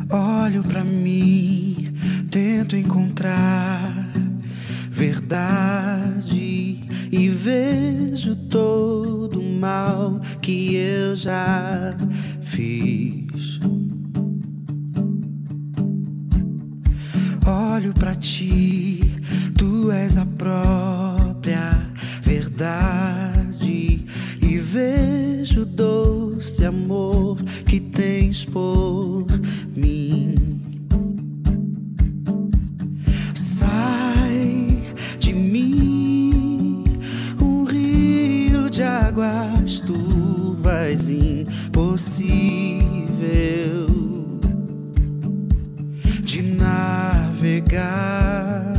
Olho pra mim, tento encontrar verdade e vejo todo o mal que eu já fiz. Olho pra ti, tu és a própria verdade e vejo o doce amor que tens por mim. Sai de mim um rio de águas turvas impossível de navegar.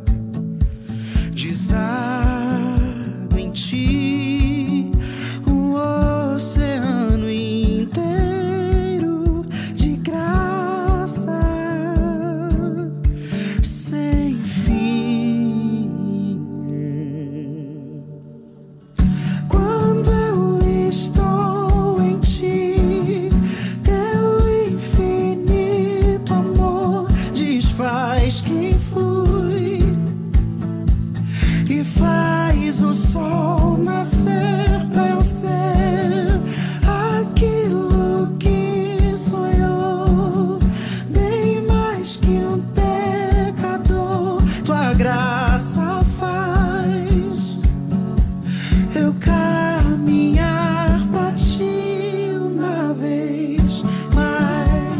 Deságua em ti um oceano inteiro de graça sem fim. Quando eu estou em ti, teu infinito amor desfaz quem fui e faz o sol nascer pra eu ser aquilo que sonhou, bem mais que um pecador. Tua graça faz eu caminhar pra ti uma vez mais.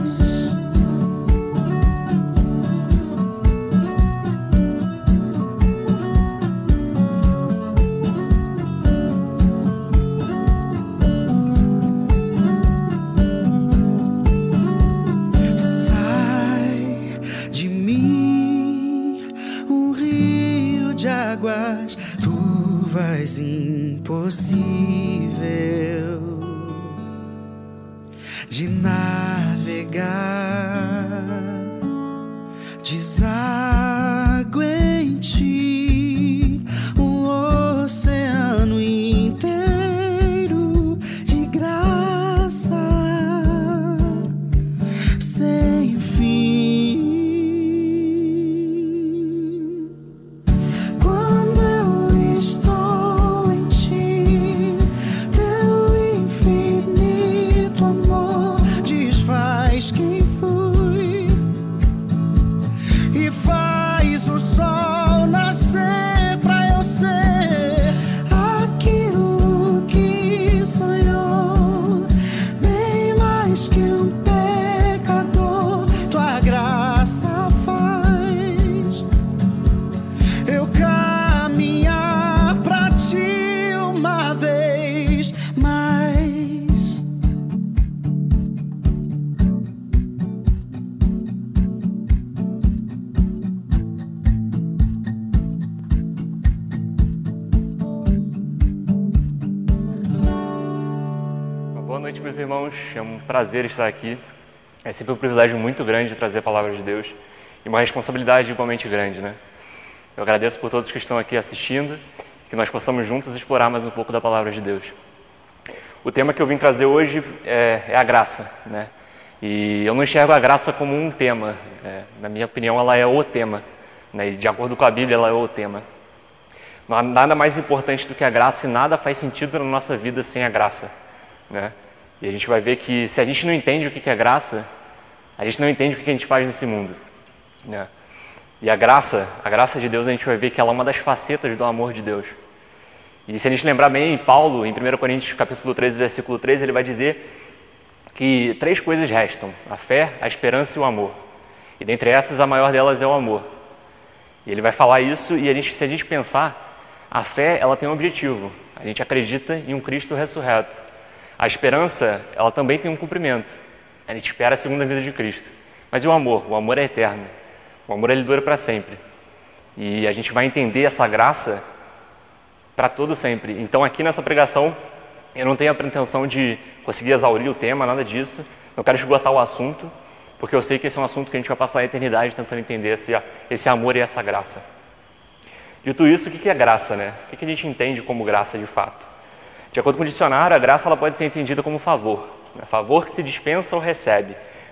Sai de mim um rio de águas turvas impossível de navegar. Deságua em ti um oceano inteiro de graça sem fim. Quando eu estou em ti, teu infinito amor desfaz quem fui e faz o sol nascer pra eu ser aquilo que sonhou, bem mais que um pecador. Tua graça faz eu caminhar pra ti uma vez mais. Boa noite, meus irmãos. É um prazer estar aqui. É sempre um privilégio muito grande trazer a palavra de Deus e uma responsabilidade igualmente grande, né? Eu agradeço por todos que estão aqui assistindo, que nós possamos juntos explorar mais um pouco da palavra de Deus. O tema que eu vim trazer hoje é a graça, né? E eu não enxergo a graça como um tema. Na minha opinião, ela é o tema, né? E de acordo com a Bíblia, ela é o tema. Não há nada mais importante do que a graça e nada faz sentido na nossa vida sem a graça, né? E a gente vai ver que se a gente não entende o que é graça, a gente não entende o que a gente faz nesse mundo, né? E a graça de Deus, a gente vai ver que ela é uma das facetas do amor de Deus. E se a gente lembrar bem, Paulo, em 1 Coríntios capítulo 13, versículo 13, ele vai dizer que 3 coisas restam: a fé, a esperança e o amor. E dentre essas, a maior delas é o amor. E ele vai falar isso, e se a gente pensar, a fé, ela tem um objetivo. A gente acredita em um Cristo ressurreto. A esperança, ela também tem um cumprimento. A gente espera a segunda vinda de Cristo. Mas e o amor? O amor é eterno. O amor, ele dura para sempre. E a gente vai entender essa graça para todo sempre. Então, aqui nessa pregação, eu não tenho a pretensão de conseguir exaurir o tema, nada disso. Não quero esgotar o assunto, porque eu sei que esse é um assunto que a gente vai passar a eternidade tentando entender esse amor e essa graça. Dito isso, o que é graça, né? O que a gente entende como graça de fato? De acordo com o dicionário, a graça ela pode ser entendida como favor. Favor que se dispensa ou recebe,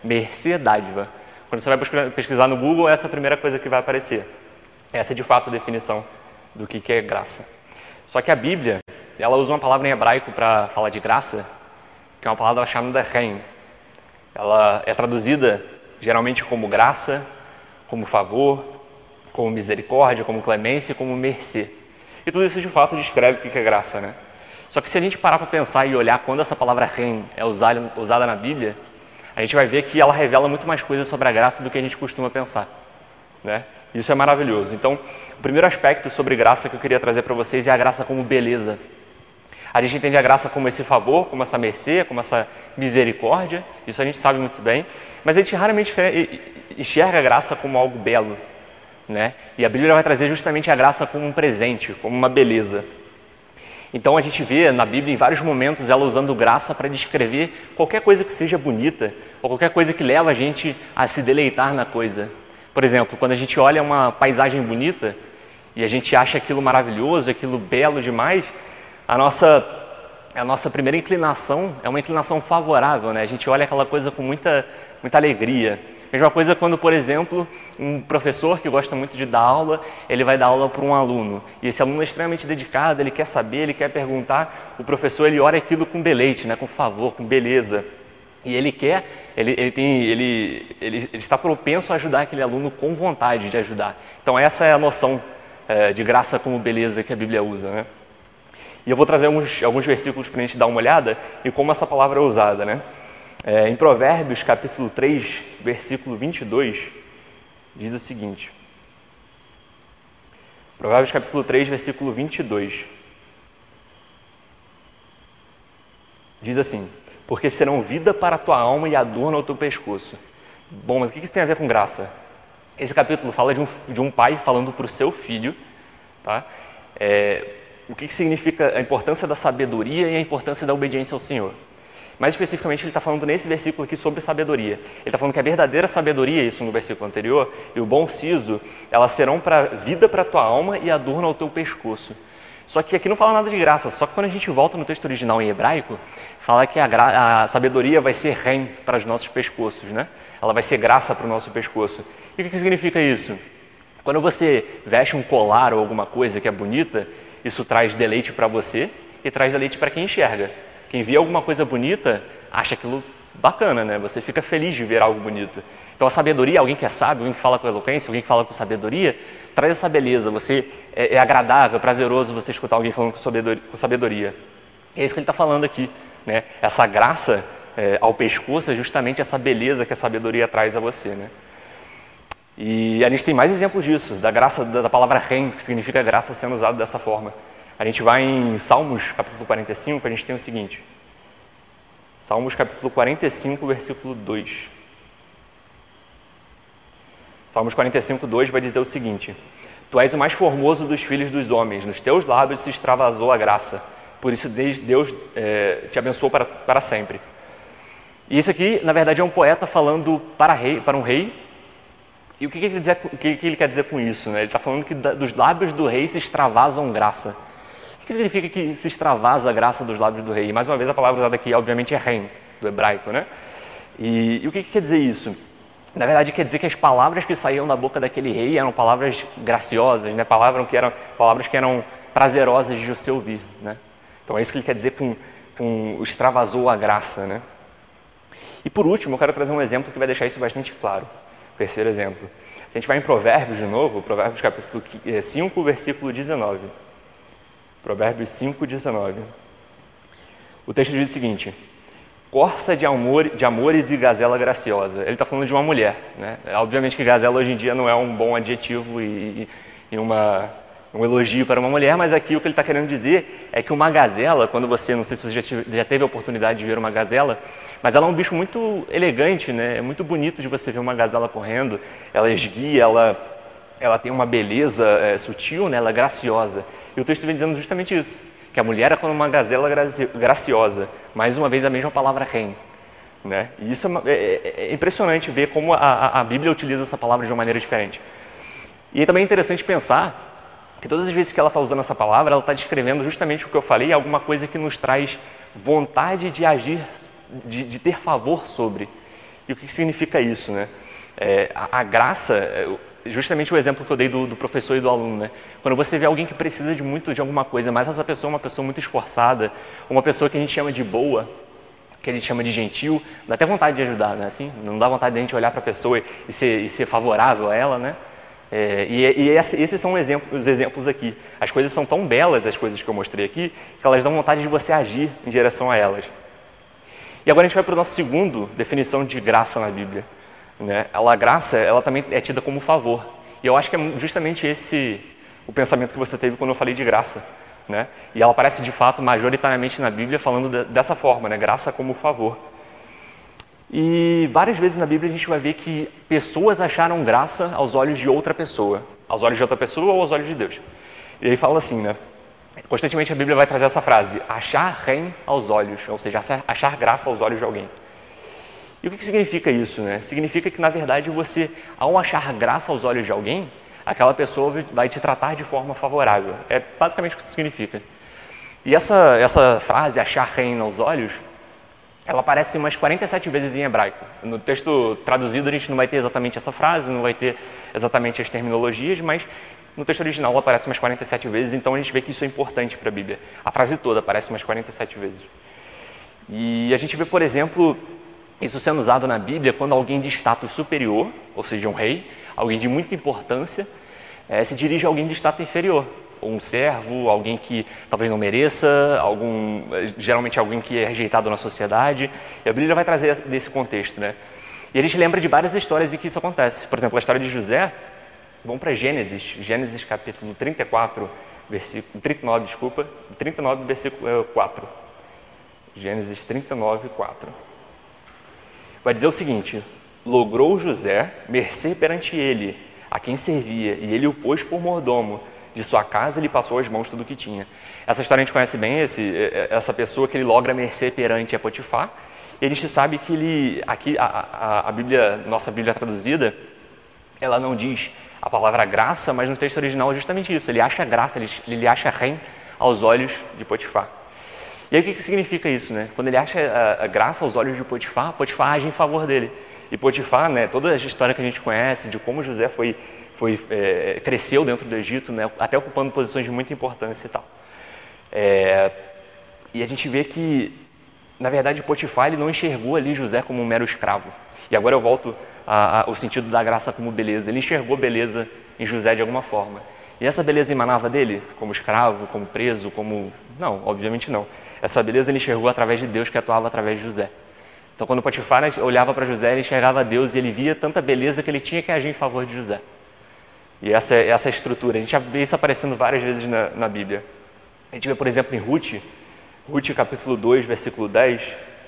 Mercê, dádiva. Quando você vai pesquisar no Google, essa é a primeira coisa que vai aparecer. Essa é de fato a definição do que é graça. Só que a Bíblia, ela usa uma palavra em hebraico para falar de graça, que é uma palavra chamada chen. Ela é traduzida geralmente como graça, como favor, como misericórdia, como clemência e como mercê. E tudo isso de fato descreve o que é graça, né? Só que se a gente parar para pensar e olhar quando essa palavra chen é usada na Bíblia, a gente vai ver que ela revela muito mais coisas sobre a graça do que a gente costuma pensar, né? Isso é maravilhoso. Então, o primeiro aspecto sobre graça que eu queria trazer para vocês é a graça como beleza. A gente entende a graça como esse favor, como essa mercê, como essa misericórdia, isso a gente sabe muito bem, mas a gente raramente enxerga a graça como algo belo, né? E a Bíblia vai trazer justamente a graça como um presente, como uma beleza. Então a gente vê na Bíblia em vários momentos ela usando graça para descrever qualquer coisa que seja bonita, ou qualquer coisa que leva a gente a se deleitar na coisa. Por exemplo, quando a gente olha uma paisagem bonita e a gente acha aquilo maravilhoso, aquilo belo demais, a nossa primeira inclinação é uma inclinação favorável, né? A gente olha aquela coisa com muita alegria. Mesma coisa quando, por exemplo, um professor que gosta muito de dar aula, ele vai dar aula para um aluno. E esse aluno é extremamente dedicado, ele quer saber, ele quer perguntar. O professor, ele olha aquilo com deleite, né? Com favor, com beleza. E ele está propenso a ajudar aquele aluno com vontade de ajudar. Então essa é a noção de graça como beleza que a Bíblia usa, né? E eu vou trazer alguns versículos para a gente dar uma olhada e como essa palavra é usada, né? Em Provérbios, capítulo 3, versículo 22, diz o seguinte. Provérbios, capítulo 3, versículo 22. Diz assim: porque serão vida para a tua alma e adorno ao teu pescoço. Bom, mas o que isso tem a ver com graça? Esse capítulo fala de um pai falando para o seu filho, tá? O que significa a importância da sabedoria e a importância da obediência ao Senhor. Mais especificamente, ele está falando nesse versículo aqui sobre sabedoria. Ele está falando que a verdadeira sabedoria, isso no versículo anterior, e o bom siso, elas serão vida para a tua alma e adorno ao teu pescoço. Só que aqui não fala nada de graça, só que quando a gente volta no texto original em hebraico, fala que a sabedoria vai ser ren para os nossos pescoços, né? Ela vai ser graça para o nosso pescoço. E o que significa isso? Quando você veste um colar ou alguma coisa que é bonita, isso traz deleite para você e traz deleite para quem enxerga. Quem vê alguma coisa bonita, acha aquilo bacana, né? Você fica feliz de ver algo bonito. Então a sabedoria, alguém que é sábio, alguém que fala com eloquência, alguém que fala com sabedoria, traz essa beleza. É agradável, prazeroso você escutar alguém falando com sabedoria. É isso que ele está falando aqui, né? Essa graça ao pescoço é justamente essa beleza que a sabedoria traz a você, né? E a gente tem mais exemplos disso, da graça, da palavra ren, que significa graça sendo usada dessa forma. A gente vai em Salmos, capítulo 45, a gente tem o seguinte. Salmos, capítulo 45, versículo 2. Salmos 45, 2 vai dizer o seguinte: tu és o mais formoso dos filhos dos homens, nos teus lábios se extravasou a graça, por isso Deus te abençoou para sempre. E isso aqui, na verdade, é um poeta falando para um rei. E o que ele quer dizer com isso, né? Ele está falando que dos lábios do rei se extravasam graça. O que significa que se extravasa a graça dos lábios do rei? E mais uma vez a palavra usada aqui, obviamente, é ren, do hebraico, né? E o que quer dizer isso? Na verdade, quer dizer que as palavras que saíam da boca daquele rei eram palavras graciosas, né? Palavras que eram prazerosas de se ouvir, né? Então é isso que ele quer dizer com extravasou a graça, né? E por último, eu quero trazer um exemplo que vai deixar isso bastante claro. Terceiro exemplo. Se a gente vai em Provérbios de novo, Provérbios capítulo 5, versículo 19. Provérbios 5, 19. O texto diz o seguinte: corça de amores e gazela graciosa. Ele está falando de uma mulher, né? Obviamente que gazela hoje em dia não é um bom adjetivo e um elogio para uma mulher, mas aqui o que ele está querendo dizer é que uma gazela, quando você, não sei se você já teve a oportunidade de ver uma gazela, mas ela é um bicho muito elegante, né? É muito bonito de você ver uma gazela correndo, ela é esguia, ela tem uma beleza sutil, né? Ela é graciosa. E o texto vem dizendo justamente isso, que a mulher é como uma gazela graciosa, mais uma vez a mesma palavra ren, né? E isso é impressionante ver como a Bíblia utiliza essa palavra de uma maneira diferente. E também é interessante pensar que todas as vezes que ela está usando essa palavra, ela está descrevendo justamente o que eu falei, alguma coisa que nos traz vontade de agir, de ter favor sobre. E o que significa isso, né? A graça, justamente o exemplo que eu dei do professor e do aluno, né? Quando você vê alguém que precisa de alguma coisa, mas essa pessoa é uma pessoa muito esforçada, uma pessoa que a gente chama de boa, que a gente chama de gentil, dá até vontade de ajudar, né? Assim, não dá vontade de a gente olhar para a pessoa e ser favorável a ela, né? Esses são os exemplos aqui. As coisas são tão belas, as coisas que eu mostrei aqui, que elas dão vontade de você agir em direção a elas. E agora a gente vai para o nosso segundo definição de graça na Bíblia, né? A graça, ela também é tida como favor. E eu acho que é justamente esse o pensamento que você teve quando eu falei de graça, né? E ela aparece de fato majoritariamente na Bíblia falando dessa forma, né? Graça como favor. E várias vezes na Bíblia a gente vai ver que pessoas acharam graça aos olhos de outra pessoa. Aos olhos de outra pessoa ou aos olhos de Deus. E aí fala assim, né? Constantemente a Bíblia vai trazer essa frase, achar rem aos olhos, ou seja, achar graça aos olhos de alguém. E o que significa isso, né? Significa que, na verdade, você, ao achar graça aos olhos de alguém, aquela pessoa vai te tratar de forma favorável. É basicamente o que isso significa. E essa frase, achar rem aos olhos, ela aparece umas 47 vezes em hebraico. No texto traduzido a gente não vai ter exatamente essa frase, não vai ter exatamente as terminologias, mas no texto original ela aparece umas 47 vezes, então a gente vê que isso é importante para a Bíblia. A frase toda aparece umas 47 vezes. E a gente vê, por exemplo, isso sendo usado na Bíblia quando alguém de status superior, ou seja, um rei, alguém de muita importância, se dirige a alguém de status inferior. Ou um servo, alguém que talvez não mereça, geralmente alguém que é rejeitado na sociedade. E a Bíblia vai trazer desse contexto, né? E a gente lembra de várias histórias em que isso acontece. Por exemplo, a história de José, vamos para Gênesis capítulo 39, versículo 4. Gênesis 39, 4. Vai dizer o seguinte, logrou José mercê perante ele, a quem servia, e ele o pôs por mordomo. De sua casa ele passou às mãos tudo o que tinha. Essa história a gente conhece bem, essa pessoa que ele logra mercê perante a Potifar. E a gente sabe que aqui a Bíblia, nossa Bíblia traduzida, ela não diz a palavra graça, mas no texto original é justamente isso. Ele acha graça, ele acha rem aos olhos de Potifar. E aí o que significa isso, né? Quando ele acha a graça aos olhos de Potifar, Potifar age em favor dele. E Potifar, né, toda a história que a gente conhece de como José cresceu dentro do Egito, né, até ocupando posições de muita importância e tal. E a gente vê que, na verdade, Potifar ele não enxergou ali José como um mero escravo. E agora eu volto ao sentido da graça como beleza. Ele enxergou beleza em José de alguma forma. E essa beleza emanava dele, como escravo, como preso, como... Não, obviamente não. Essa beleza ele enxergou através de Deus que atuava através de José. Então quando Potifar olhava para José, ele enxergava Deus e ele via tanta beleza que ele tinha que agir em favor de José. E essa estrutura, a gente já vê isso aparecendo várias vezes na Bíblia. A gente vê, por exemplo, em Ruth capítulo 2, versículo 10.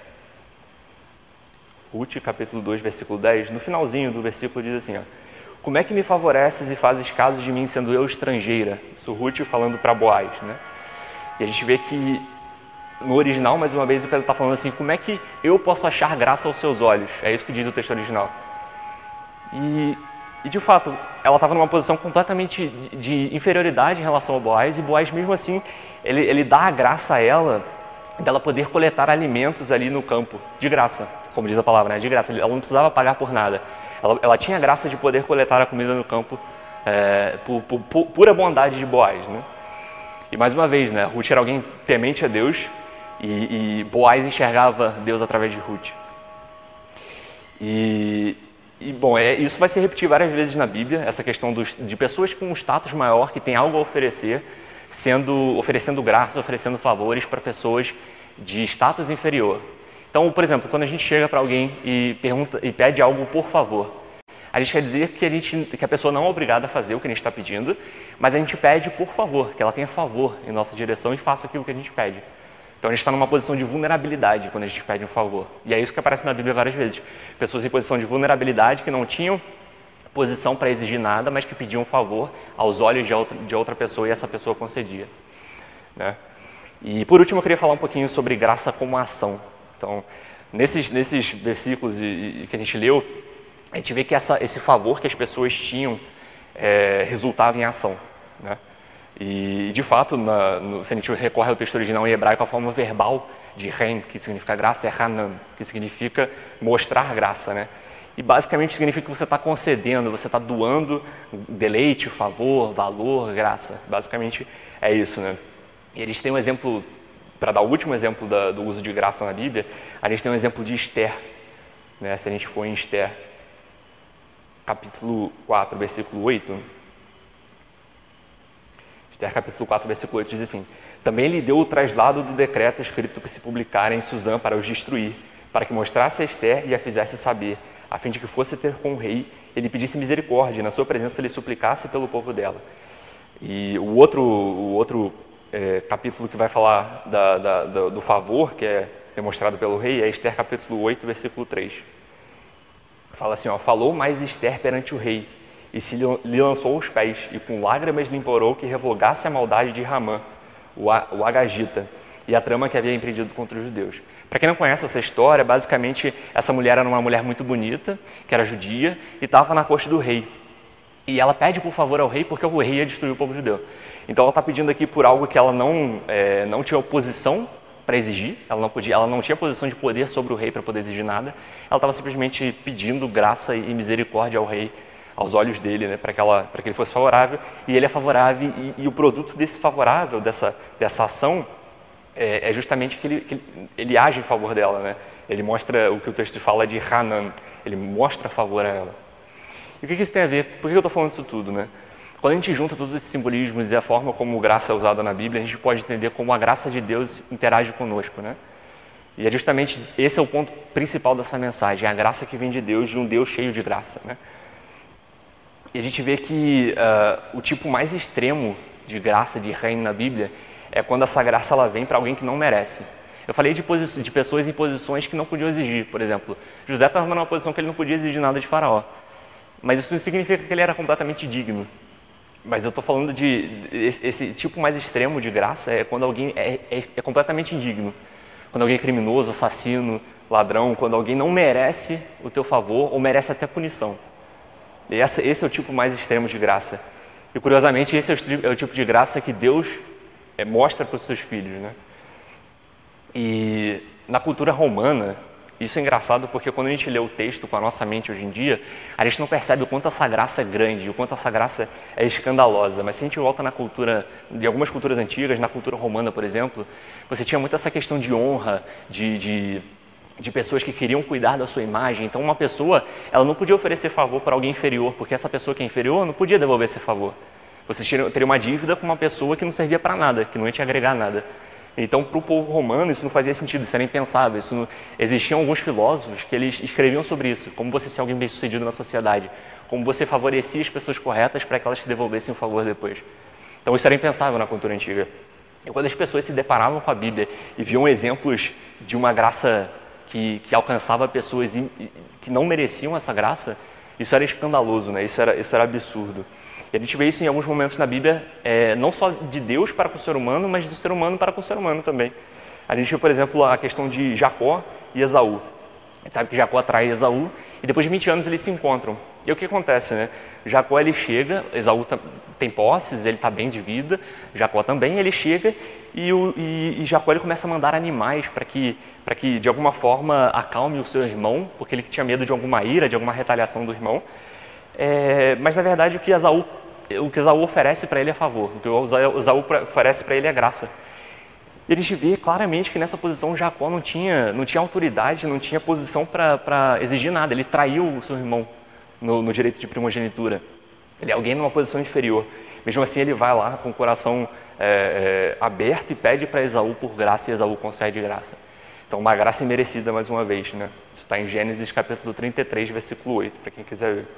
Ruth capítulo 2, versículo 10, no finalzinho do versículo diz assim, ó, como é que me favoreces e fazes caso de mim sendo eu estrangeira? Isso Ruth falando para Boaz, né? E a gente vê que no original, mais uma vez, ele está falando assim, como é que eu posso achar graça aos seus olhos? É isso que diz o texto original. E de fato, ela estava numa posição completamente de inferioridade em relação a Boaz, e Boaz mesmo assim, ele dá a graça a ela, dela poder coletar alimentos ali no campo, de graça, como diz a palavra, né? De graça, ela não precisava pagar por nada. Ela tinha a graça de poder coletar a comida no campo por pura bondade de Boaz, né? E mais uma vez, né? Ruth era alguém temente a Deus, e Boaz enxergava Deus através de Ruth. Bom, isso vai se repetir várias vezes na Bíblia, essa questão de pessoas com um status maior, que têm algo a oferecer, oferecendo graça, oferecendo favores para pessoas de status inferior. Então, por exemplo, quando a gente chega para alguém e pede algo por favor, a gente quer dizer que a pessoa não é obrigada a fazer o que a gente está pedindo, mas a gente pede por favor, que ela tenha favor em nossa direção e faça aquilo que a gente pede. Então a gente está numa posição de vulnerabilidade quando a gente pede um favor. E é isso que aparece na Bíblia várias vezes. Pessoas em posição de vulnerabilidade que não tinham posição para exigir nada, mas que pediam um favor aos olhos de outra pessoa e essa pessoa concedia, né? E por último eu queria falar um pouquinho sobre graça como ação. Então, nesses versículos que a gente leu, a gente vê que esse favor que as pessoas tinham resultava em ação, né? E, de fato, se a gente recorre ao texto original em hebraico, a forma verbal de Ren, que significa graça, é Hanan, que significa mostrar graça, né? E basicamente significa que você está concedendo, você está doando deleite, favor, valor, graça. Basicamente é isso, né? E eles têm um exemplo, para dar o último exemplo do uso de graça na Bíblia, a gente tem um exemplo de Esther, né? Se a gente for em Esther, capítulo 4, versículo 8. Esther, capítulo 4, versículo 8, diz assim: também lhe deu o traslado do decreto escrito que se publicara em Suzã para os destruir, para que mostrasse a Esther e a fizesse saber, a fim de que fosse ter com o rei, ele pedisse misericórdia, e na sua presença ele suplicasse pelo povo dela. E o outro capítulo que vai falar do favor que é demonstrado pelo rei é Esther capítulo 8, versículo 3. Fala assim, ó: falou mais Esther perante o rei, e se lhe lançou aos pés, e com lágrimas lhe implorou que revogasse a maldade de Ramã, o Agagita, e a trama que havia empreendido contra os judeus. Para quem não conhece essa história, basicamente essa mulher era uma mulher muito bonita, que era judia, e estava na corte do rei. E ela pede por favor ao rei, porque o rei ia destruir o povo judeu. Então ela está pedindo aqui por algo que ela não tinha oposição para exigir, ela não tinha posição de poder sobre o rei para poder exigir nada. Ela estava simplesmente pedindo graça e misericórdia ao rei, aos olhos dele, né, para que ele fosse favorável. E ele é favorável, e o produto desse favorável, dessa ação, é justamente que ele age em favor dela, né? Ele mostra o que o texto fala de Hanan, ele mostra favor a ela. E o que isso tem a ver? Por que eu estou falando disso tudo, né? Quando a gente junta todos esses simbolismos e a forma como graça é usada na Bíblia, a gente pode entender como a graça de Deus interage conosco, né? E é justamente esse é o ponto principal dessa mensagem, a graça que vem de Deus, de um Deus cheio de graça, né? E a gente vê que o tipo mais extremo de graça, de reino na Bíblia, é quando essa graça ela vem para alguém que não merece. Eu falei de pessoas em posições que não podiam exigir. Por exemplo, José estava numa posição que ele não podia exigir nada de Faraó. Mas isso não significa que ele era completamente digno. Mas eu estou falando esse tipo mais extremo de graça é quando alguém é completamente indigno. Quando alguém é criminoso, assassino, ladrão, quando alguém não merece o teu favor ou merece até punição. E esse é o tipo mais extremo de graça. E curiosamente esse é o tipo de graça que Deus mostra para os seus filhos, né? E na cultura romana, isso é engraçado porque quando a gente lê o texto com a nossa mente hoje em dia, a gente não percebe o quanto essa graça é grande, o quanto essa graça é escandalosa. Mas se a gente volta na cultura, de algumas culturas antigas, na cultura romana, por exemplo, você tinha muito essa questão de honra, de pessoas que queriam cuidar da sua imagem. Então uma pessoa, ela não podia oferecer favor para alguém inferior, porque essa pessoa que é inferior não podia devolver esse favor. Você teria uma dívida com uma pessoa que não servia para nada, que não ia te agregar nada. Então, para o povo romano, isso não fazia sentido, isso era impensável. Existiam alguns filósofos que eles escreviam sobre isso, como você ser alguém bem-sucedido na sociedade, como você favorecia as pessoas corretas para que elas te devolvessem o favor depois. Então, isso era impensável na cultura antiga. E quando as pessoas se deparavam com a Bíblia e viam exemplos de uma graça que alcançava pessoas que não mereciam essa graça, isso era escandaloso, né? Isso era absurdo. E a gente vê isso em alguns momentos na Bíblia, não só de Deus para com o ser humano, mas do ser humano para com o ser humano também. A gente vê, por exemplo, a questão de Jacó e Esaú. A gente sabe que Jacó atrai Esaú e depois de 20 anos eles se encontram. E o que acontece, né? Jacó ele chega, Esaú tem posses, ele está bem de vida, Jacó também, ele chega e Jacó ele começa a mandar animais para que de alguma forma acalme o seu irmão, porque ele tinha medo de alguma ira, de alguma retaliação do irmão. Mas na verdade o que Esaú oferece para ele é favor, o que Esaú oferece para ele é graça. E a gente vê claramente que nessa posição Jacó não tinha autoridade, não tinha posição para exigir nada, ele traiu o seu irmão no direito de primogenitura. Ele é alguém numa posição inferior. Mesmo assim ele vai lá com o coração aberto e pede para Esaú por graça e Esaú concede graça. Então uma graça imerecida mais uma vez, né? Isso está em Gênesis capítulo 33, versículo 8, para quem quiser ver.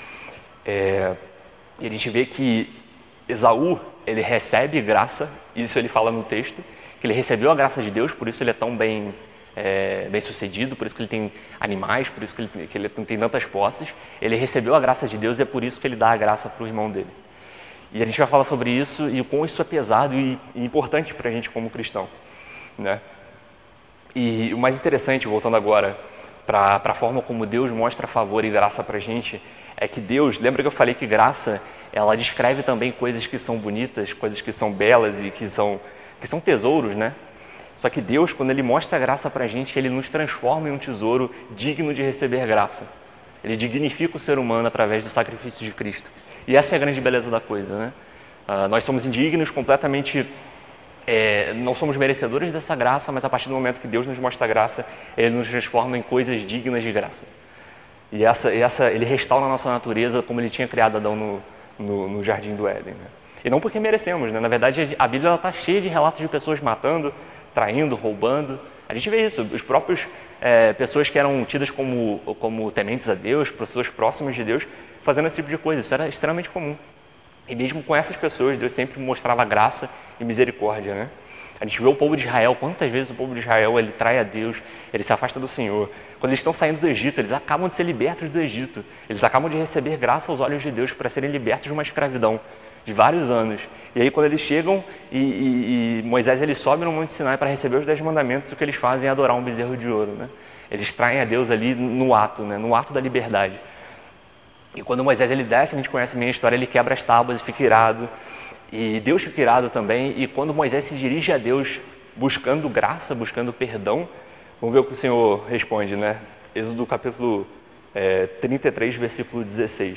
E a gente vê que Esaú, ele recebe graça, isso ele fala no texto, que ele recebeu a graça de Deus, por isso ele é tão bem sucedido, por isso que ele tem animais, por isso que ele tem tantas posses. Ele recebeu a graça de Deus e é por isso que ele dá a graça para o irmão dele. E a gente vai falar sobre isso e o quão isso é pesado e importante para a gente como cristão, né? E o mais interessante, voltando agora para a forma como Deus mostra favor e graça para a gente, é que Deus, lembra que eu falei que graça, ela descreve também coisas que são bonitas, coisas que são belas e que são tesouros, né? Só que Deus, quando Ele mostra a graça para a gente, Ele nos transforma em um tesouro digno de receber graça. Ele dignifica o ser humano através do sacrifício de Cristo. E essa é a grande beleza da coisa, né? Nós somos indignos, completamente... não somos merecedores dessa graça, mas a partir do momento que Deus nos mostra a graça, Ele nos transforma em coisas dignas de graça. E Ele restaura a nossa natureza como Ele tinha criado Adão no Jardim do Éden, né? E não porque merecemos, né? Na verdade, a Bíblia está cheia de relatos de pessoas matando, traindo, roubando. A gente vê isso, os próprios pessoas que eram tidas como tementes a Deus, pessoas próximas de Deus, fazendo esse tipo de coisa. Isso era extremamente comum. E mesmo com essas pessoas, Deus sempre mostrava graça e misericórdia, né? A gente vê o povo de Israel, quantas vezes o povo de Israel, ele trai a Deus, ele se afasta do Senhor. Quando eles estão saindo do Egito, eles acabam de ser libertos do Egito. Eles acabam de receber graça aos olhos de Deus para serem libertos de uma escravidão de vários anos. E aí quando eles chegam e Moisés ele sobe no Monte Sinai para receber os 10 mandamentos, o que eles fazem é adorar um bezerro de ouro, né? Eles traem a Deus ali no ato, né? No ato da liberdade. E quando Moisés ele desce, a gente conhece a minha história, ele quebra as tábuas e fica irado. E Deus fica irado também. E quando Moisés se dirige a Deus buscando graça, buscando perdão, vamos ver o que o Senhor responde, né? Êxodo capítulo 33, versículo 16.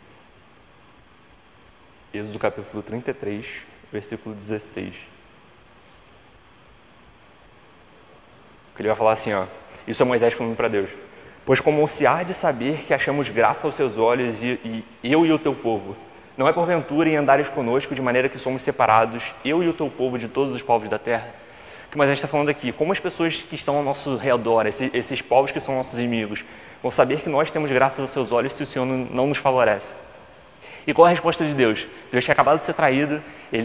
Êxodo capítulo 33, versículo 16. Que ele vai falar assim, ó. Isso é Moisés falando para Deus. Pois como se há de saber que achamos graça aos seus olhos e eu e o teu povo. Não é porventura em andares conosco de maneira que somos separados, eu e o teu povo, de todos os povos da terra. O que Moisés está falando aqui, como as pessoas que estão ao nosso redor, esses povos que são nossos inimigos, vão saber que nós temos graça aos seus olhos se o Senhor não nos favorece. E qual a resposta de Deus? Deus tinha acabado de ser traído,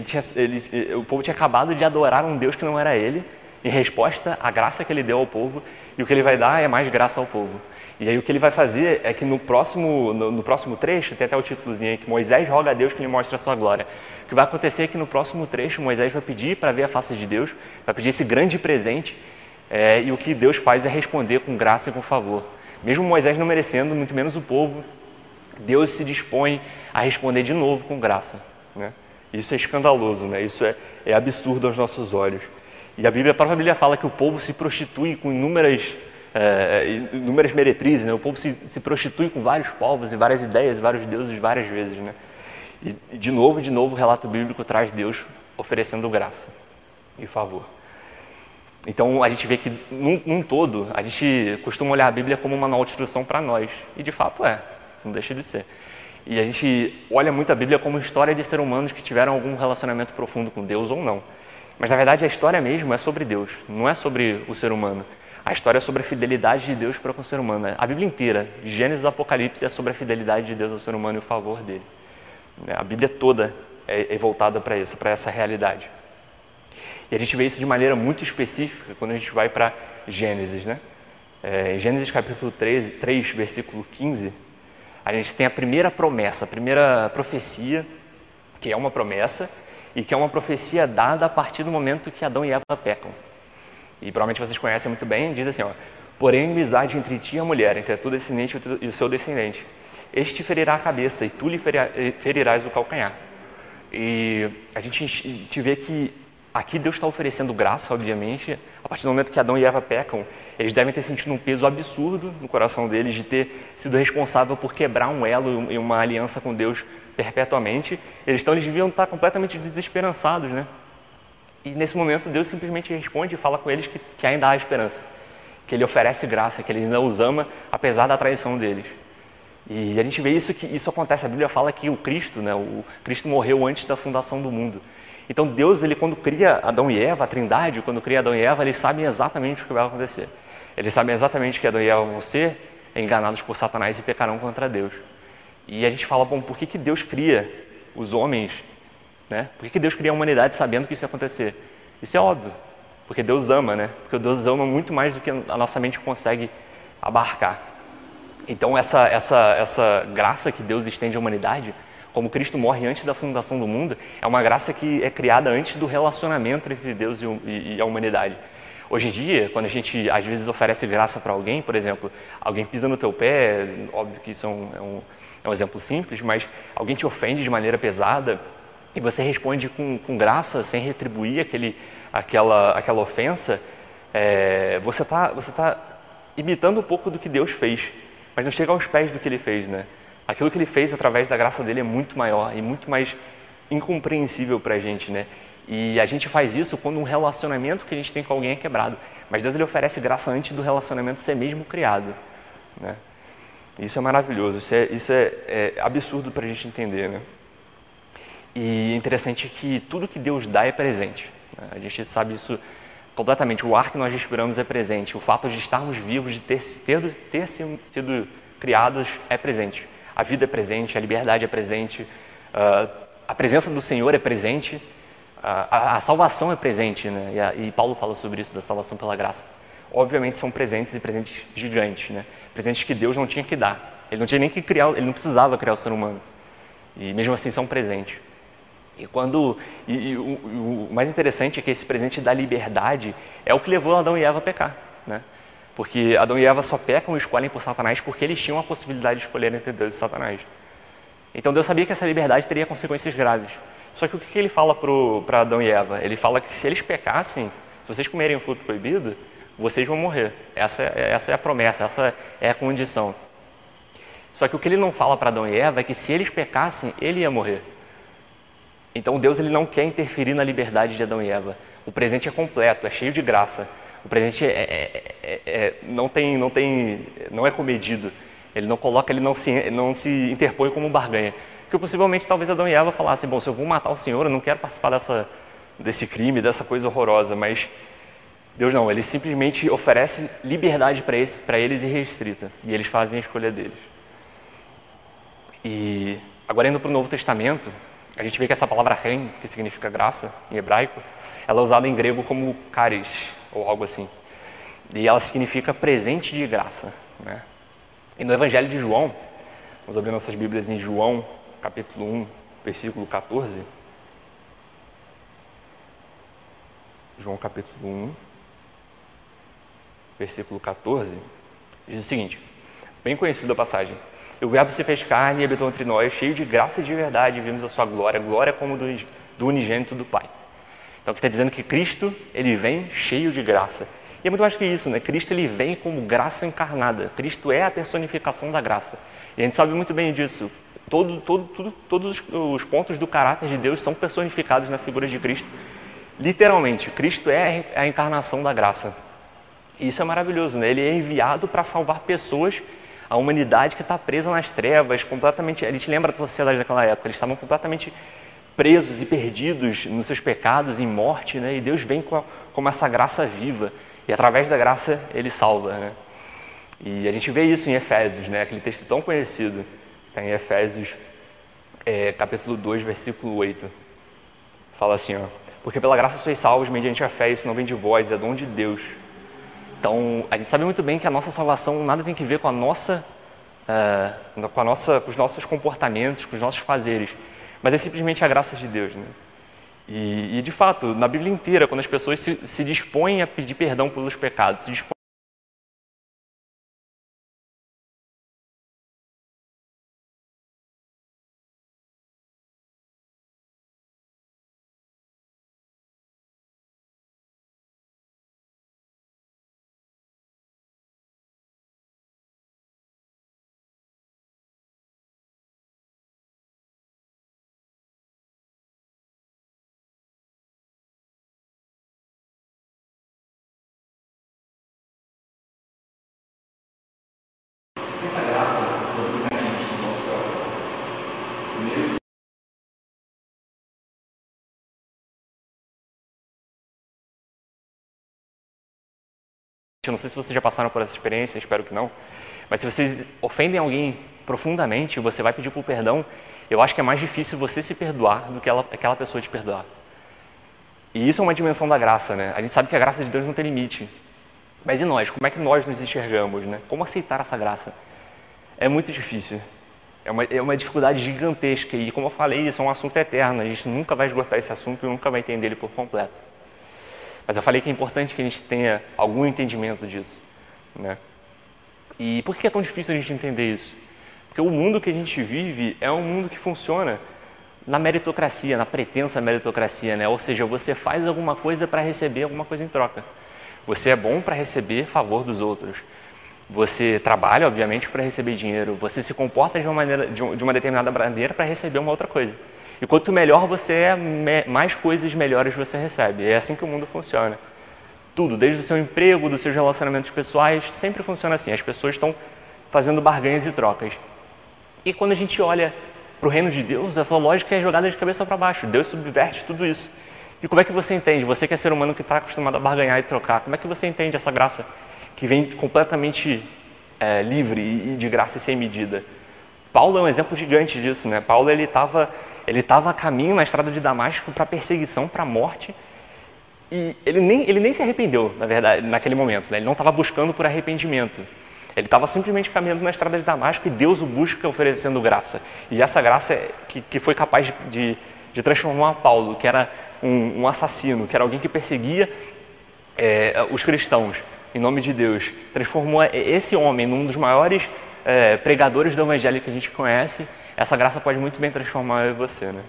o povo tinha acabado de adorar um Deus que não era ele, em resposta à graça que ele deu ao povo, e o que ele vai dar é mais graça ao povo. E aí o que ele vai fazer é que no próximo trecho, tem até o títulozinho aí, que Moisés roga a Deus que lhe mostre a sua glória. O que vai acontecer é que no próximo trecho, Moisés vai pedir para ver a face de Deus, vai pedir esse grande presente, e o que Deus faz é responder com graça e com favor. Mesmo Moisés não merecendo, muito menos o povo, Deus se dispõe a responder de novo com graça, né? Isso é escandaloso, né? Isso é absurdo aos nossos olhos. E a própria Bíblia fala que o povo se prostitui com inúmeras meretrizes, né? O povo se prostitui com vários povos e várias ideias, e vários deuses várias vezes, né? E de novo o relato bíblico traz Deus oferecendo graça e favor. Então a gente vê que num todo, a gente costuma olhar a Bíblia como uma manual de instrução para nós, e de fato não deixa de ser. E a gente olha muito a Bíblia como história de seres humanos que tiveram algum relacionamento profundo com Deus ou não. Mas na verdade a história mesmo é sobre Deus, não é sobre o ser humano. A história é sobre a fidelidade de Deus para com o ser humano. A Bíblia inteira, de Gênesis a Apocalipse, é sobre a fidelidade de Deus ao ser humano e o favor dele. A Bíblia toda é voltada para isso, para essa realidade. E a gente vê isso de maneira muito específica quando a gente vai para Gênesis, né? Em Gênesis capítulo 3, versículo 15, a gente tem a primeira promessa, a primeira profecia, que é uma promessa, e que é uma profecia dada a partir do momento que Adão e Eva pecam. E provavelmente vocês conhecem muito bem, diz assim, ó, porém inimizade entre ti e a mulher, entre a tua descendente e o seu descendente. Este te ferirá a cabeça e tu lhe ferirás o calcanhar. E a gente vê que aqui Deus está oferecendo graça, obviamente. A partir do momento que Adão e Eva pecam, eles devem ter sentido um peso absurdo no coração deles de ter sido responsável por quebrar um elo e uma aliança com Deus perpetuamente. Eles deviam estar completamente desesperançados, né? E nesse momento Deus simplesmente responde e fala com eles que ainda há esperança, que Ele oferece graça, que Ele ainda os ama apesar da traição deles. E a gente vê que isso acontece. A Bíblia fala que o Cristo, né, o Cristo morreu antes da fundação do mundo. Então Deus, quando cria Adão e Eva, a Trindade, quando cria Adão e Eva, eles sabem exatamente o que vai acontecer. Eles sabem exatamente que Adão e Eva vão ser enganados por Satanás e pecarão contra Deus. E a gente fala, bom, por que Deus cria os homens, né? Por que Deus cria a humanidade sabendo que isso ia acontecer? Isso é óbvio, porque Deus ama, né? Porque Deus ama muito mais do que a nossa mente consegue abarcar. Então essa graça que Deus estende à humanidade, como Cristo morre antes da fundação do mundo, é uma graça que é criada antes do relacionamento entre Deus e a humanidade. Hoje em dia, quando a gente às vezes oferece graça para alguém, por exemplo, alguém pisa no teu pé, óbvio que isso é um exemplo simples, mas alguém te ofende de maneira pesada, e você responde com graça, sem retribuir aquela ofensa, você tá imitando um pouco do que Deus fez, mas não chega aos pés do que Ele fez, né? Aquilo que Ele fez através da graça dele é muito maior e muito mais incompreensível para a gente, né? E a gente faz isso quando um relacionamento que a gente tem com alguém é quebrado. Mas Deus, Ele oferece graça antes do relacionamento ser mesmo criado, né? Isso é maravilhoso, isso é absurdo para a gente entender, né? E é interessante que tudo que Deus dá é presente, né? A gente sabe isso completamente. O ar que nós respiramos é presente. O fato de estarmos vivos, de ter sido criados é presente. A vida é presente, a liberdade é presente, a presença do Senhor é presente, a salvação é presente, né? E Paulo fala sobre isso, da salvação pela graça. Obviamente são presentes e presentes gigantes, né? Presentes que Deus não tinha que dar. Ele não tinha nem que criar, ele não precisava criar o ser humano. E mesmo assim são presentes. O mais interessante é que esse presente da liberdade é o que levou Adão e Eva a pecar, né? Porque Adão e Eva só pecam e escolhem por Satanás porque eles tinham a possibilidade de escolher entre Deus e Satanás. Então Deus sabia que essa liberdade teria consequências graves. Só que o que ele fala para Adão e Eva? Ele fala que se eles pecassem, se vocês comerem o fruto proibido, vocês vão morrer. Essa é a promessa, essa é a condição. Só que o que ele não fala para Adão e Eva é que se eles pecassem, ele ia morrer. Então Deus, ele não quer interferir na liberdade de Adão e Eva. O presente é completo, é cheio de graça. O presente não é comedido. Ele não coloca, ele não se interpõe como barganha. Porque possivelmente talvez Adão e Eva falassem, bom, se eu vou matar o Senhor, eu não quero participar desse crime, dessa coisa horrorosa. Mas Deus não, ele simplesmente oferece liberdade para eles irrestrita. E eles fazem a escolha deles. E agora indo para o Novo Testamento, a gente vê que essa palavra ren, que significa graça em hebraico, ela é usada em grego como charis, ou algo assim. E ela significa presente de graça, né? E no Evangelho de João, vamos abrir nossas Bíblias em João, capítulo 1, versículo 14. João capítulo 1, versículo 14, diz o seguinte, bem conhecida a passagem. O verbo se fez carne e habitou entre nós, cheio de graça e de verdade, e vimos a sua glória, glória como do unigênito do Pai. Então, aqui está dizendo que Cristo, ele vem cheio de graça. E é muito mais que isso, né? Cristo, ele vem como graça encarnada. Cristo é a personificação da graça. E a gente sabe muito bem disso. Todos os pontos do caráter de Deus são personificados na figura de Cristo. Literalmente, Cristo é a encarnação da graça. E isso é maravilhoso, né? Ele é enviado para salvar pessoas, a humanidade que está presa nas trevas, completamente... A gente lembra da sociedade daquela época, eles estavam completamente presos e perdidos nos seus pecados, em morte, né? E Deus vem com essa graça viva. E através da graça, ele salva, né? E a gente vê isso em Efésios, né? Aquele texto tão conhecido. Está em Efésios, capítulo 2, versículo 8. Fala assim, ó. Porque pela graça sois salvos mediante a fé, isso não vem de vós, é dom de Deus. Então, a gente sabe muito bem que a nossa salvação nada tem que ver com com os nossos comportamentos, com os nossos fazeres. Mas é simplesmente a graça de Deus, né? E de fato, na Bíblia inteira, quando as pessoas se dispõem a pedir perdão pelos pecados, se dispõem essa graça no nosso coração. Primeiro, eu não sei se vocês já passaram por essa experiência, espero que não, mas se vocês ofendem alguém profundamente e você vai pedir por perdão, eu acho que é mais difícil você se perdoar do que aquela pessoa te perdoar. E isso é uma dimensão da graça, né? A gente sabe que a graça de Deus não tem limite. Mas e nós? Como é que nós nos enxergamos, né? Como aceitar essa graça? É muito difícil. É uma dificuldade gigantesca. E como eu falei, isso é um assunto eterno. A gente nunca vai esgotar esse assunto e nunca vai entender ele por completo. Mas eu falei que é importante que a gente tenha algum entendimento disso, né? E por que é tão difícil a gente entender isso? Porque o mundo que a gente vive é um mundo que funciona na meritocracia, na pretensa meritocracia, né? Ou seja, você faz alguma coisa para receber alguma coisa em troca. Você é bom para receber favor dos outros. Você trabalha, obviamente, para receber dinheiro. Você se comporta de uma determinada maneira para receber uma outra coisa. E quanto melhor você é, mais coisas melhores você recebe. É assim que o mundo funciona. Tudo, desde o seu emprego, dos seus relacionamentos pessoais, sempre funciona assim. As pessoas estão fazendo barganhas e trocas. E quando a gente olha para o reino de Deus, essa lógica é jogada de cabeça para baixo. Deus subverte tudo isso. E como é que você entende? Você que é ser humano que está acostumado a barganhar e trocar, como é que você entende essa graça que vem completamente livre e de graça e sem medida? Paulo é um exemplo gigante disso, né? Paulo ele estava a caminho na estrada de Damasco para perseguição, para morte, e ele nem se arrependeu, na verdade, naquele momento, né? Ele não estava buscando por arrependimento. Ele estava simplesmente caminhando na estrada de Damasco e Deus o busca oferecendo graça. E essa graça que foi capaz de transformar Paulo, que era um assassino, que era alguém que perseguia os cristãos em nome de Deus, transformou esse homem num dos maiores pregadores do evangelho que a gente conhece. Essa graça pode muito bem transformar eu e você, né?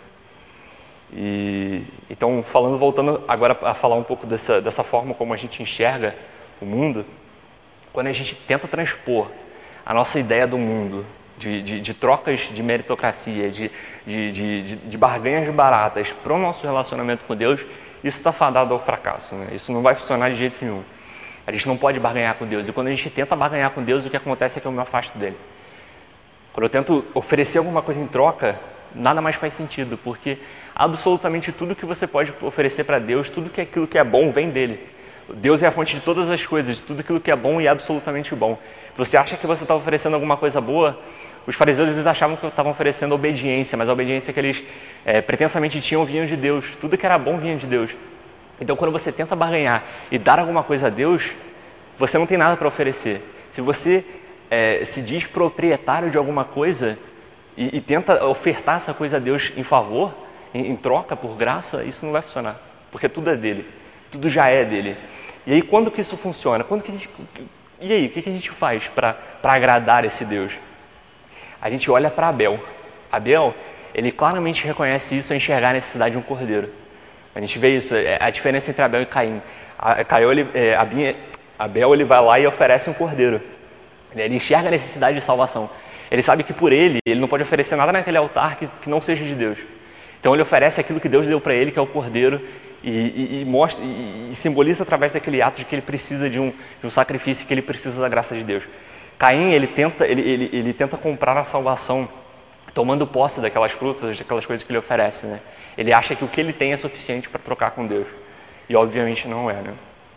Então, voltando agora a falar um pouco dessa forma como a gente enxerga o mundo, quando a gente tenta transpor a nossa ideia do mundo, de trocas de meritocracia, de barganhas baratas para o nosso relacionamento com Deus, isso está fadado ao fracasso, né? Isso não vai funcionar de jeito nenhum. A gente não pode barganhar com Deus. E quando a gente tenta barganhar com Deus, o que acontece é que eu me afasto dele. Quando eu tento oferecer alguma coisa em troca, nada mais faz sentido, porque absolutamente tudo que você pode oferecer para Deus, tudo que aquilo que é bom vem dele. Deus é a fonte de todas as coisas, de tudo aquilo que é bom e absolutamente bom. Você acha que você está oferecendo alguma coisa boa? Os fariseus eles achavam que estavam oferecendo obediência, mas a obediência que eles pretensamente tinham vinha de Deus. Tudo que era bom vinha de Deus. Então, quando você tenta barganhar e dar alguma coisa a Deus, você não tem nada para oferecer. Se você se diz proprietário de alguma coisa e tenta ofertar essa coisa a Deus em favor, em troca, por graça, isso não vai funcionar, porque tudo é dele, tudo já é dele. E aí, quando que isso funciona? E aí, o que a gente faz para agradar esse Deus? A gente olha para Abel. Abel, ele claramente reconhece isso ao enxergar a necessidade de um cordeiro. A gente vê isso, a diferença entre Abel e Caim. Abel ele vai lá e oferece um cordeiro. Ele enxerga a necessidade de salvação. Ele sabe que por ele não pode oferecer nada naquele altar que não seja de Deus. Então ele oferece aquilo que Deus deu para ele, que é o cordeiro, e mostra e simboliza através daquele ato de que ele precisa de um sacrifício, que ele precisa da graça de Deus. Caim, ele tenta comprar a salvação, tomando posse daquelas frutas, daquelas coisas que ele oferece, né? Ele acha que o que ele tem é suficiente para trocar com Deus. E obviamente não é, né?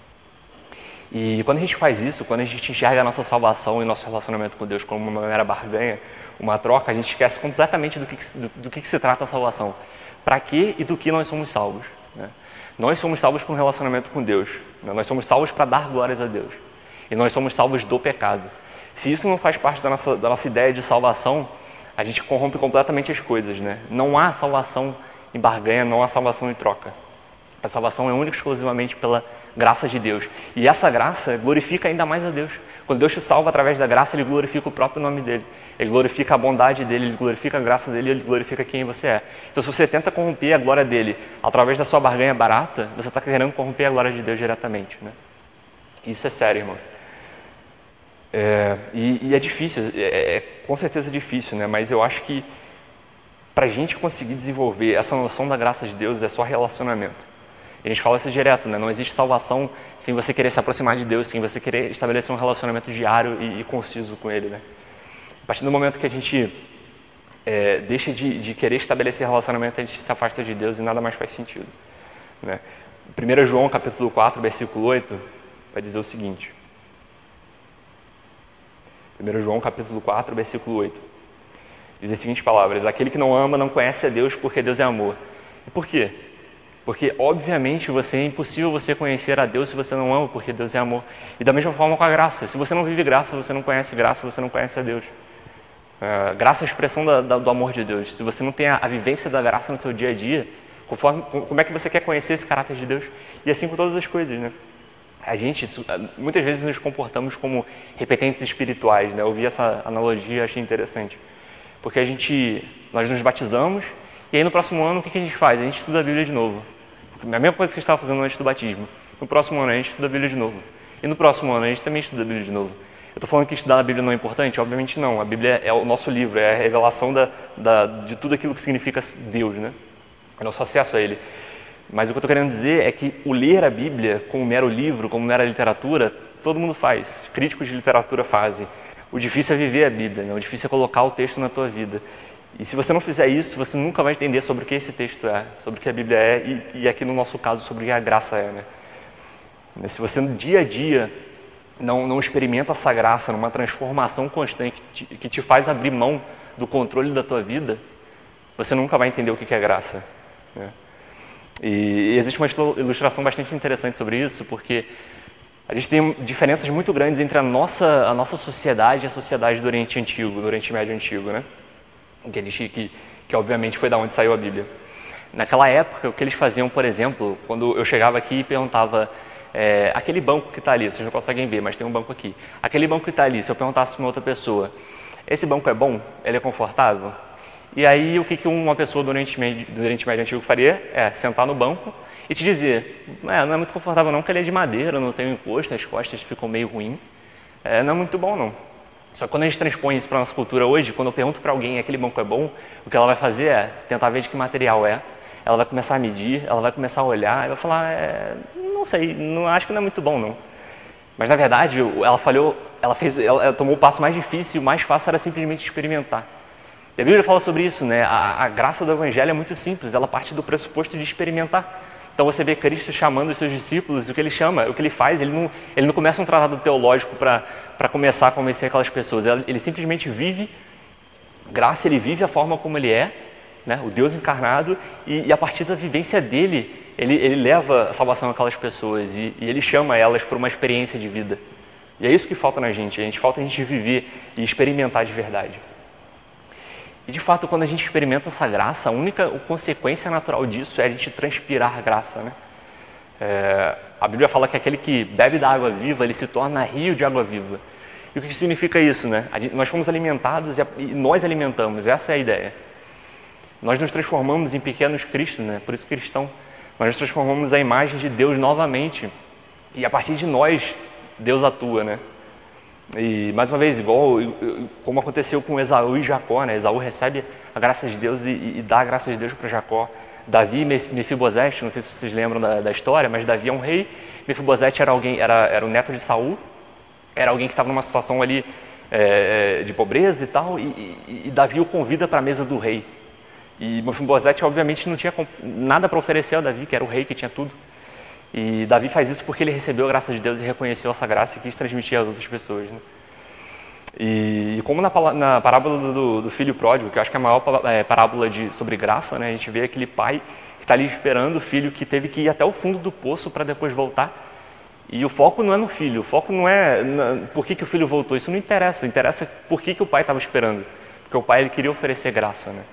E quando a gente faz isso, quando a gente enxerga a nossa salvação e nosso relacionamento com Deus como uma mera barganha, uma troca, a gente esquece completamente do que se trata a salvação. Para quê e do que nós somos salvos, né? Nós somos salvos com um relacionamento com Deus, né? Nós somos salvos para dar glórias a Deus. E nós somos salvos do pecado. Se isso não faz parte da nossa ideia de salvação, a gente corrompe completamente as coisas, né? Não há salvação em barganha, não há salvação em troca. A salvação é única e exclusivamente pela graça de Deus. E essa graça glorifica ainda mais a Deus. Quando Deus te salva através da graça, Ele glorifica o próprio nome dEle. Ele glorifica a bondade dEle, Ele glorifica a graça dEle, Ele glorifica quem você é. Então, se você tenta corromper a glória dEle através da sua barganha barata, você está querendo corromper a glória de Deus diretamente, né? Isso é sério, irmão. E é difícil, com certeza difícil, né? Mas eu acho que para a gente conseguir desenvolver essa noção da graça de Deus é só relacionamento. E a gente fala isso direto, né? Não existe salvação sem você querer se aproximar de Deus, sem você querer estabelecer um relacionamento diário e conciso com Ele, né? A partir do momento que a gente deixa de querer estabelecer relacionamento, a gente se afasta de Deus e nada mais faz sentido, né? 1 João capítulo 4, versículo 8, vai dizer o seguinte. 1 João capítulo 4, versículo 8. Diz as seguintes palavras: aquele que não ama não conhece a Deus, porque Deus é amor. E por quê? Porque, obviamente, é impossível você conhecer a Deus se você não ama, porque Deus é amor. E da mesma forma com a graça. Se você não vive graça, você não conhece graça, você não conhece a Deus. Graça é a expressão do amor de Deus. Se você não tem a vivência da graça no seu dia a dia, como é que você quer conhecer esse caráter de Deus? E assim com todas as coisas, né? A gente, muitas vezes, nos comportamos como repetentes espirituais, né? Eu vi essa analogia e achei interessante. Porque nós nos batizamos, E aí no próximo ano, o que a gente faz? A gente estuda a Bíblia de novo. A mesma coisa que a gente estava fazendo antes do batismo. No próximo ano, a gente estuda a Bíblia de novo. E no próximo ano, a gente também estuda a Bíblia de novo. Eu estou falando que estudar a Bíblia não é importante? Obviamente não. A Bíblia é o nosso livro, é a revelação de tudo aquilo que significa Deus, né? É nosso acesso a Ele. Mas o que eu estou querendo dizer é que o ler a Bíblia como mero livro, como mera literatura, todo mundo faz. Críticos de literatura fazem. O difícil é viver a Bíblia, né? O difícil é colocar o texto na tua vida. E se você não fizer isso, você nunca vai entender sobre o que esse texto é, sobre o que a Bíblia é e aqui no nosso caso, sobre o que a graça é, né? Se você no dia a dia não experimenta essa graça numa transformação constante que te faz abrir mão do controle da tua vida, você nunca vai entender o que é graça, né? E existe uma ilustração bastante interessante sobre isso, porque a gente tem diferenças muito grandes entre a nossa sociedade e a sociedade do Oriente Antigo, do Oriente Médio Antigo, né? Que obviamente foi da onde saiu a Bíblia. Naquela época, o que eles faziam, por exemplo, quando eu chegava aqui e perguntava aquele banco que está ali, vocês não conseguem ver, mas tem um banco aqui. Aquele banco que está ali, se eu perguntasse para uma outra pessoa, esse banco é bom? Ele é confortável? E aí, o que uma pessoa do Oriente Médio Antigo faria? Sentar no banco e te dizer, não é muito confortável não, porque ele é de madeira, não tem um encosto, as costas ficam meio ruim. Não é muito bom não. Só que quando a gente transpõe isso para a nossa cultura hoje, quando eu pergunto para alguém aquele banco é bom, o que ela vai fazer é tentar ver de que material é, ela vai começar a medir, ela vai começar a olhar e vai falar, não sei, acho que não é muito bom não. Mas na verdade, ela tomou o passo mais difícil e o mais fácil era simplesmente experimentar. E a Bíblia fala sobre isso, né? A graça do Evangelho é muito simples, ela parte do pressuposto de experimentar. Então você vê Cristo chamando os seus discípulos, o que ele faz, ele não começa um tratado teológico para começar a convencer aquelas pessoas, ele simplesmente vive graça, ele vive a forma como ele é, né? O Deus encarnado, e a partir da vivência dele, ele leva a salvação àquelas pessoas e ele chama elas para uma experiência de vida. E é isso que falta na gente, falta a gente viver e experimentar de verdade. E de fato, quando a gente experimenta essa graça, a única consequência natural disso é a gente transpirar graça, né? A Bíblia fala que aquele que bebe da água viva, ele se torna rio de água viva. E o que significa isso, né? Nós fomos alimentados e nós alimentamos, essa é a ideia. Nós nos transformamos em pequenos Cristos, né? Por isso cristão. Nós nos transformamos à imagem de Deus novamente. E a partir de nós, Deus atua, né? E mais uma vez, igual como aconteceu com Esaú e Jacó, né? Esaú recebe a graça de Deus e dá a graça de Deus para Jacó. Davi e Mefibosete, não sei se vocês lembram da história, mas Davi é um rei, Mefibosete era o neto de Saul, era alguém que estava numa situação ali de pobreza e tal, e Davi o convida para a mesa do rei. E Mefibosete obviamente não tinha nada para oferecer a Davi, que era o rei que tinha tudo. E Davi faz isso porque ele recebeu a graça de Deus e reconheceu essa graça e quis transmitir às outras pessoas, né? E como na parábola do filho pródigo, que eu acho que é a maior parábola sobre graça, né? A gente vê aquele pai que está ali esperando o filho que teve que ir até o fundo do poço para depois voltar. E o foco não é no filho, o foco não é por que o filho voltou, isso não interessa, interessa por que o pai estava esperando. Porque o pai ele queria oferecer graça, né?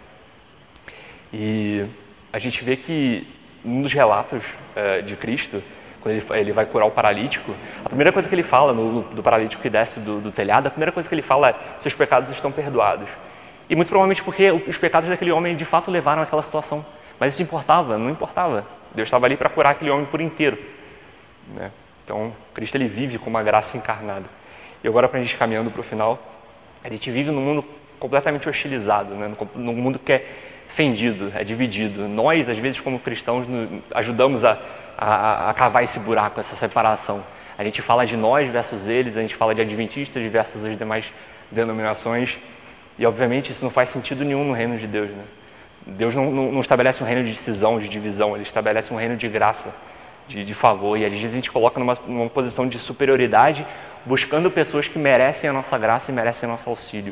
E a gente vê que num dos relatos de Cristo, quando ele vai curar o paralítico, a primeira coisa que ele fala do paralítico que desce do telhado, a primeira coisa que ele fala é: seus pecados estão perdoados. E muito provavelmente porque os pecados daquele homem de fato levaram àquela situação. Mas isso importava? Não importava. Deus estava ali para curar aquele homem por inteiro, né? Então, Cristo ele vive com uma graça encarnada. E agora, para a gente ir caminhando para o final, a gente vive num mundo completamente hostilizado, né? Num mundo que é fendido, é dividido. Nós, às vezes, como cristãos, ajudamos a cavar esse buraco, essa separação. A gente fala de nós versus eles, a gente fala de adventistas versus as demais denominações, e obviamente isso não faz sentido nenhum no reino de Deus, né? Deus não estabelece um reino de cisão, de divisão, ele estabelece um reino de graça, de favor, e às vezes a gente coloca numa posição de superioridade, buscando pessoas que merecem a nossa graça e merecem o nosso auxílio.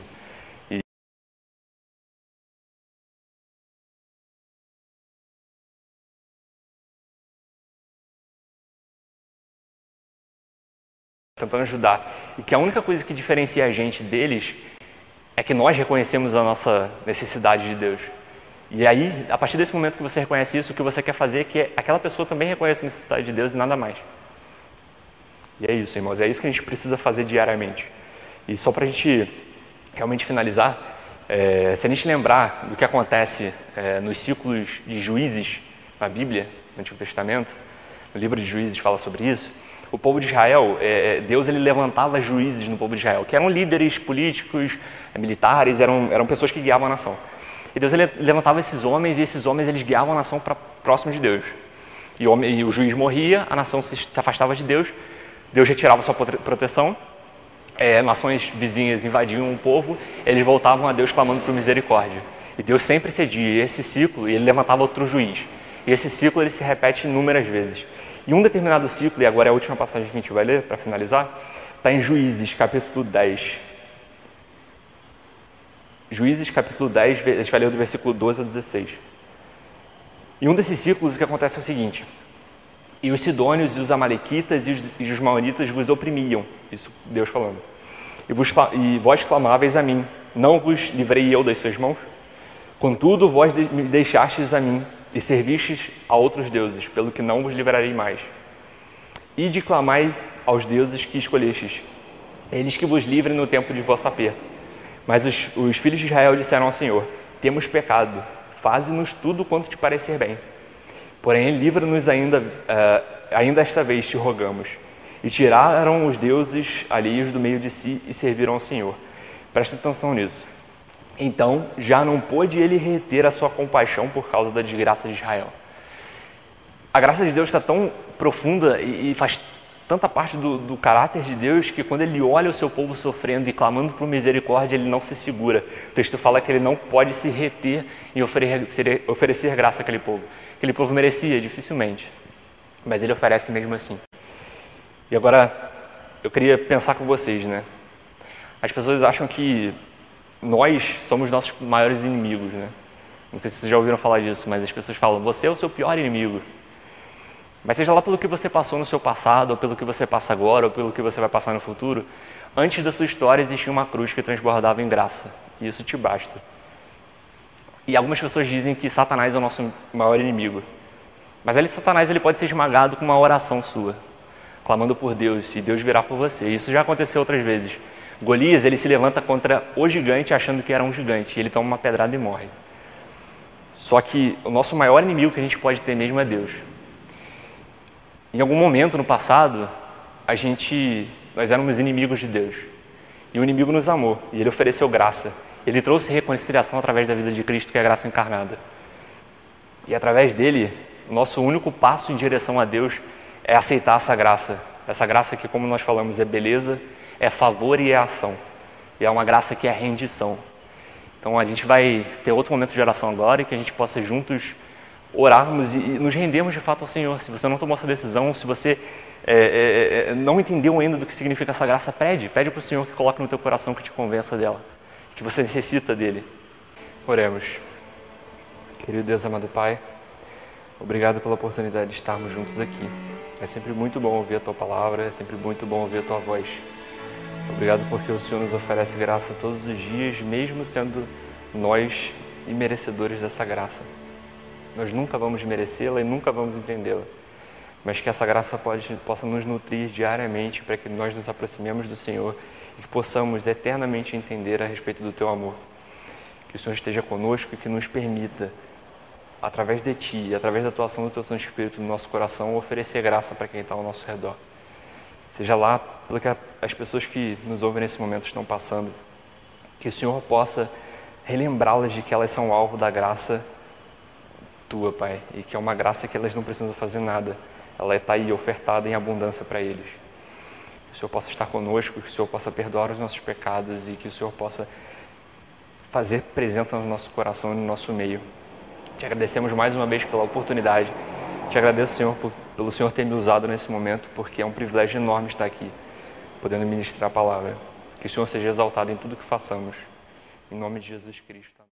Tentando ajudar, e que a única coisa que diferencia a gente deles é que nós reconhecemos a nossa necessidade de Deus. E aí, a partir desse momento que você reconhece isso, o que você quer fazer é que aquela pessoa também reconheça a necessidade de Deus e nada mais. E é isso, irmãos, é isso que a gente precisa fazer diariamente. E só para a gente realmente finalizar, Se a gente lembrar do que acontece nos ciclos de Juízes na Bíblia, no Antigo Testamento, no livro de Juízes fala sobre isso, o povo de Israel, Deus ele levantava juízes no povo de Israel, que eram líderes políticos, militares, eram pessoas que guiavam a nação. E Deus ele levantava esses homens, e esses homens eles guiavam a nação para próximo de Deus. E o juiz morria, a nação se afastava de Deus, Deus retirava sua proteção, nações vizinhas invadiam o povo, eles voltavam a Deus clamando por misericórdia. E Deus sempre cedia, e esse ciclo, e ele levantava outro juiz. E esse ciclo ele se repete inúmeras vezes. E um determinado ciclo, e agora é a última passagem que a gente vai ler para finalizar, está em Juízes, capítulo 10. Juízes, capítulo 10, a gente vai ler do versículo 12 ao 16. E um desses ciclos, o que acontece é o seguinte: e os sidônios e os amalequitas e os maonitas vos oprimiam, isso Deus falando, e vós clamáveis a mim, não vos livrei eu das suas mãos? Contudo, vós me deixastes a mim, e servistes a outros deuses, pelo que não vos livrarei mais. E clamai aos deuses que escolhestes, eles que vos livrem no tempo de vosso aperto. Mas os filhos de Israel disseram ao Senhor: temos pecado, faze-nos tudo quanto te parecer bem. Porém, livra-nos ainda esta vez, te rogamos. E tiraram os deuses alheios do meio de si e serviram ao Senhor. Presta atenção nisso. Então, já não pôde ele reter a sua compaixão por causa da desgraça de Israel. A graça de Deus está tão profunda e faz tanta parte do caráter de Deus que quando ele olha o seu povo sofrendo e clamando por misericórdia, ele não se segura. O texto fala que ele não pode se reter em oferecer graça àquele povo. Aquele povo merecia, dificilmente, mas ele oferece mesmo assim. E agora, eu queria pensar com vocês, né? As pessoas acham que nós somos nossos maiores inimigos, né? Não sei se vocês já ouviram falar disso, mas as pessoas falam: você é o seu pior inimigo. Mas seja lá pelo que você passou no seu passado, ou pelo que você passa agora, ou pelo que você vai passar no futuro, antes da sua história existia uma cruz que transbordava em graça. E isso te basta. E algumas pessoas dizem que Satanás é o nosso maior inimigo. Mas Satanás ele pode ser esmagado com uma oração sua, clamando por Deus, e Deus virá por você. Isso já aconteceu outras vezes. Golias, ele se levanta contra o gigante achando que era um gigante, e ele toma uma pedrada e morre. Só que o nosso maior inimigo que a gente pode ter mesmo é Deus. Em algum momento no passado, nós éramos inimigos de Deus. E o inimigo nos amou, e ele ofereceu graça. Ele trouxe reconciliação através da vida de Cristo, que é a graça encarnada. E através dele, o nosso único passo em direção a Deus é aceitar essa graça. Essa graça que, como nós falamos, é beleza, é favor e é ação. E é uma graça que é rendição. Então a gente vai ter outro momento de oração agora, e que a gente possa juntos orarmos e nos rendermos de fato ao Senhor. Se você não tomou essa decisão, se você não entendeu ainda do que significa essa graça, pede para o Senhor que coloque no teu coração, que te convença dela, que você necessita dele. Oremos. Querido Deus, amado Pai, obrigado pela oportunidade de estarmos juntos aqui. É sempre muito bom ouvir a Tua palavra, é sempre muito bom ouvir a Tua voz. Obrigado porque o Senhor nos oferece graça todos os dias, mesmo sendo nós imerecedores dessa graça. Nós nunca vamos merecê-la e nunca vamos entendê-la, mas que essa graça possa nos nutrir diariamente para que nós nos aproximemos do Senhor e que possamos eternamente entender a respeito do Teu amor. Que o Senhor esteja conosco e que nos permita, através de Ti, através da atuação do Teu Santo Espírito no nosso coração, oferecer graça para quem está ao nosso redor. Seja lá pelo que as pessoas que nos ouvem nesse momento estão passando, que o Senhor possa relembrá-las de que elas são alvo da graça Tua, Pai, e que é uma graça que elas não precisam fazer nada, ela está aí ofertada em abundância para eles. Que o Senhor possa estar conosco, que o Senhor possa perdoar os nossos pecados e que o Senhor possa fazer presença no nosso coração e no nosso meio. Te agradecemos mais uma vez pela oportunidade. Te agradeço, Senhor, pelo Senhor ter me usado nesse momento, porque é um privilégio enorme estar aqui, podendo ministrar a palavra. Que o Senhor seja exaltado em tudo que façamos. Em nome de Jesus Cristo.